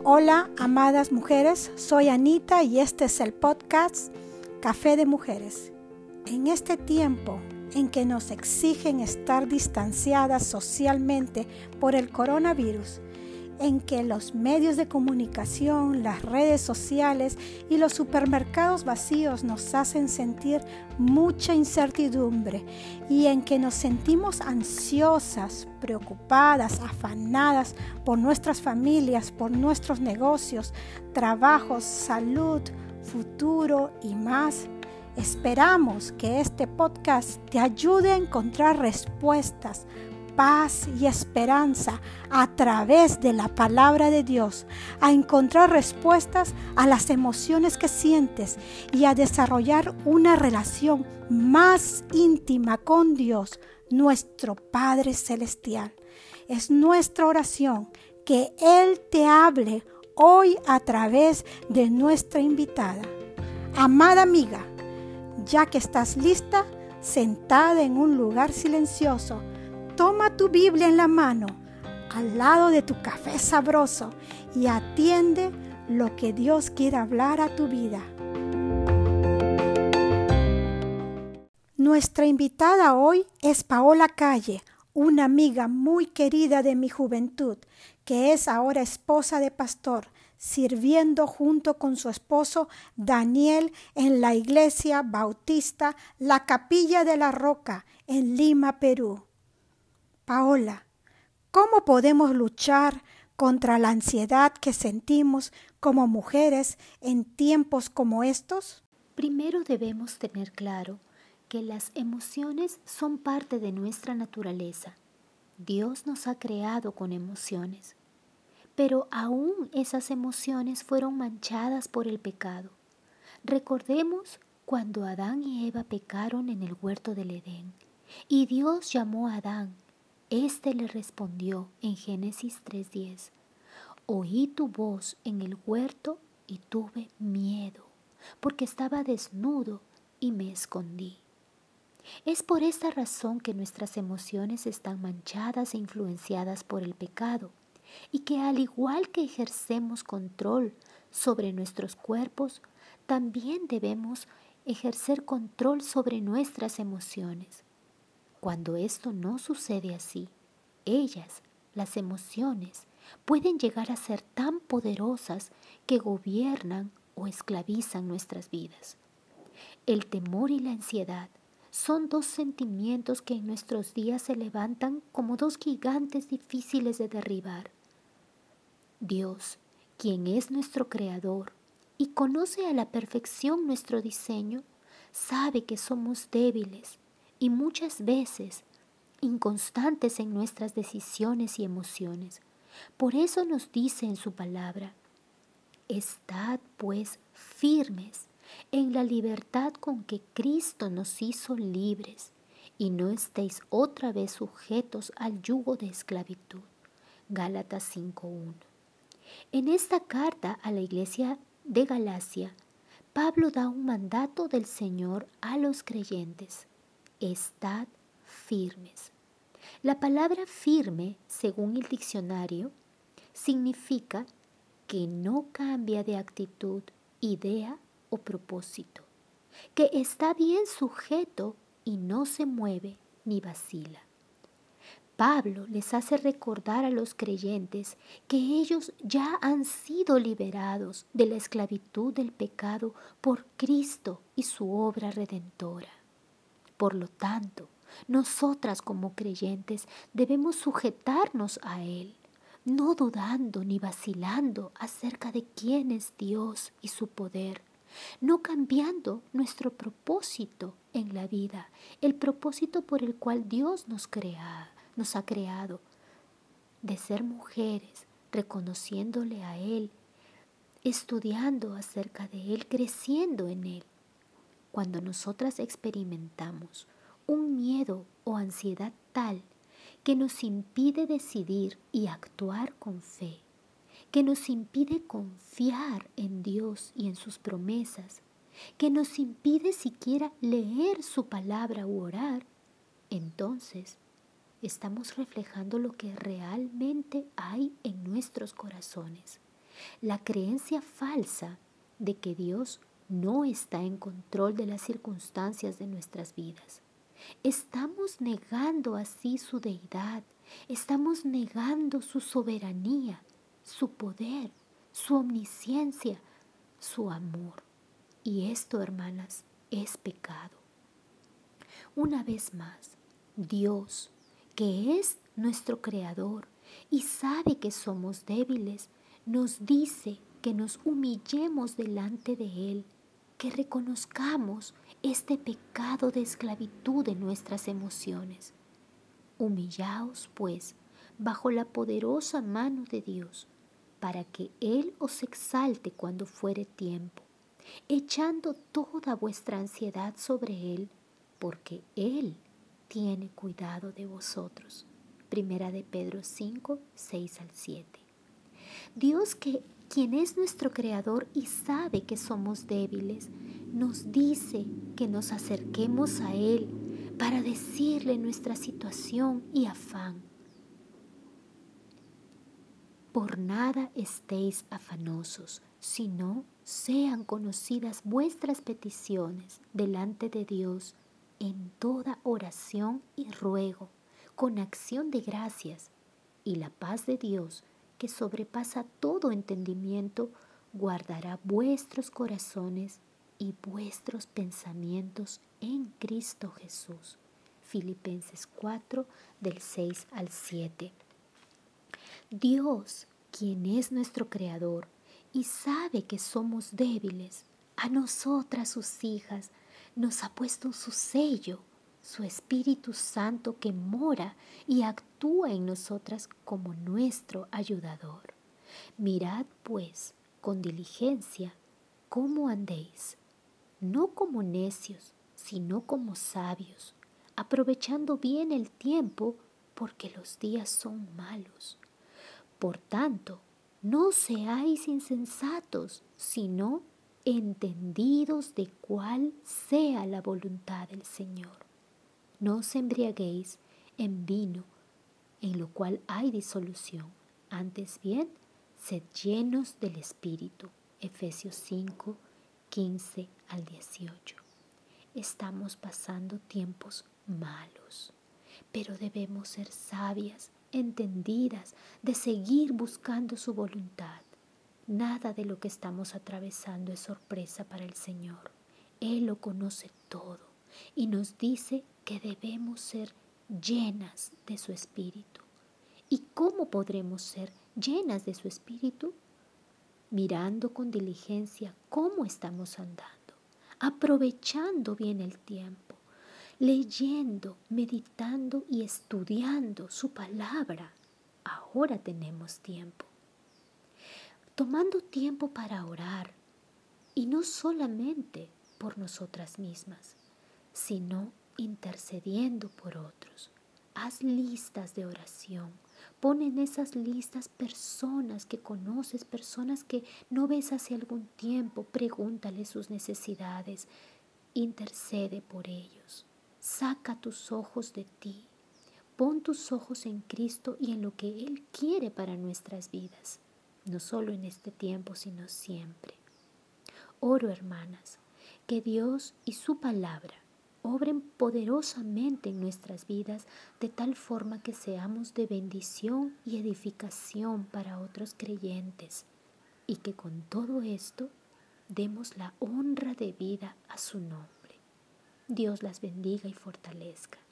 Hola, amadas mujeres, soy Anita y este es el podcast Café de Mujeres. En este tiempo en que nos exigen estar distanciadas socialmente por el coronavirus, en que los medios de comunicación, las redes sociales y los supermercados vacíos nos hacen sentir mucha incertidumbre y en que nos sentimos ansiosas, preocupadas, afanadas por nuestras familias, por nuestros negocios, trabajos, salud, futuro y más. Esperamos que este podcast te ayude a encontrar respuestas, paz y esperanza a través de la palabra de Dios, a encontrar respuestas a las emociones que sientes y a desarrollar una relación más íntima con Dios, nuestro Padre Celestial. Es nuestra oración que Él te hable hoy a través de nuestra invitada. Amada amiga, ya que estás lista, sentada en un lugar silencioso, toma tu Biblia en la mano, al lado de tu café sabroso y atiende lo que Dios quiere hablar a tu vida. Nuestra invitada hoy es Paola Calle, una amiga muy querida de mi juventud, que es ahora esposa de pastor, sirviendo junto con su esposo Daniel en la iglesia bautista La Capilla de la Roca en Lima, Perú. Paola, ¿cómo podemos luchar contra la ansiedad que sentimos como mujeres en tiempos como estos? Primero debemos tener claro que las emociones son parte de nuestra naturaleza. Dios nos ha creado con emociones, pero aún esas emociones fueron manchadas por el pecado. Recordemos cuando Adán y Eva pecaron en el huerto del Edén y Dios llamó a Adán. Este le respondió en Génesis 3:10, oí tu voz en el huerto y tuve miedo, porque estaba desnudo y me escondí. Es por esta razón que nuestras emociones están manchadas e influenciadas por el pecado, y que al igual que ejercemos control sobre nuestros cuerpos, también debemos ejercer control sobre nuestras emociones. Cuando esto no sucede así, ellas, las emociones, pueden llegar a ser tan poderosas que gobiernan o esclavizan nuestras vidas. El temor y la ansiedad son dos sentimientos que en nuestros días se levantan como dos gigantes difíciles de derribar. Dios, quien es nuestro Creador y conoce a la perfección nuestro diseño, sabe que somos débiles y muchas veces inconstantes en nuestras decisiones y emociones. Por eso nos dice en su palabra, estad pues firmes en la libertad con que Cristo nos hizo libres y no estéis otra vez sujetos al yugo de esclavitud. Gálatas 5:1. En esta carta a la iglesia de Galacia, Pablo da un mandato del Señor a los creyentes. Estad firmes. La palabra firme, según el diccionario, significa que no cambia de actitud, idea o propósito, que está bien sujeto y no se mueve ni vacila. Pablo les hace recordar a los creyentes que ellos ya han sido liberados de la esclavitud del pecado por Cristo y su obra redentora. Por lo tanto, nosotras como creyentes debemos sujetarnos a Él, no dudando ni vacilando acerca de quién es Dios y su poder, no cambiando nuestro propósito en la vida, el propósito por el cual Dios nos ha creado, de ser mujeres, reconociéndole a Él, estudiando acerca de Él, creciendo en Él. Cuando nosotras experimentamos un miedo o ansiedad tal que nos impide decidir y actuar con fe, que nos impide confiar en Dios y en sus promesas, que nos impide siquiera leer su palabra u orar, entonces estamos reflejando lo que realmente hay en nuestros corazones. La creencia falsa de que Dios no está en control de las circunstancias de nuestras vidas. Estamos negando así su deidad, estamos negando su soberanía, su poder, su omnisciencia, su amor. Y esto, hermanas, es pecado. Una vez más, Dios, que es nuestro Creador y sabe que somos débiles, nos dice que nos humillemos delante de Él, que reconozcamos este pecado de esclavitud de nuestras emociones. Humillaos, pues, bajo la poderosa mano de Dios, para que Él os exalte cuando fuere tiempo, echando toda vuestra ansiedad sobre Él, porque Él tiene cuidado de vosotros. Primera de Pedro 5, 6 al 7. Dios, quien es nuestro Creador y sabe que somos débiles, nos dice que nos acerquemos a Él para decirle nuestra situación y afán. Por nada estéis afanosos, sino sean conocidas vuestras peticiones delante de Dios en toda oración y ruego, con acción de gracias, y la paz de Dios, que sobrepasa todo entendimiento, guardará vuestros corazones y vuestros pensamientos en Cristo Jesús. Filipenses 4, del 6 al 7. Dios, quien es nuestro Creador y sabe que somos débiles, a nosotras sus hijas, nos ha puesto su sello, su Espíritu Santo que mora y actúa en nosotras como nuestro ayudador. Mirad, pues, con diligencia cómo andéis, no como necios, sino como sabios, aprovechando bien el tiempo, porque los días son malos. Por tanto, no seáis insensatos, sino entendidos de cuál sea la voluntad del Señor. No os embriaguéis en vino, en lo cual hay disolución. Antes bien, sed llenos del Espíritu. Efesios 5, 15 al 18. Estamos pasando tiempos malos, pero debemos ser sabias, entendidas, de seguir buscando su voluntad. Nada de lo que estamos atravesando es sorpresa para el Señor. Él lo conoce todo y nos dice que debemos ser llenas de su Espíritu. ¿Y cómo podremos ser llenas de su Espíritu? Mirando con diligencia cómo estamos andando, aprovechando bien el tiempo, leyendo, meditando y estudiando su palabra. Ahora tenemos tiempo. Tomando tiempo para orar, y no solamente por nosotras mismas, sino intercediendo por otros. Haz listas de oración. Pon en esas listas personas que conoces, personas que no ves hace algún tiempo. Pregúntale sus necesidades. Intercede por ellos. Saca tus ojos de ti. Pon tus ojos en Cristo y en lo que Él quiere para nuestras vidas. No solo en este tiempo, sino siempre. Oro, hermanas, que Dios y su palabra obren poderosamente en nuestras vidas de tal forma que seamos de bendición y edificación para otros creyentes y que con todo esto demos la honra de vida a su nombre. Dios las bendiga y fortalezca.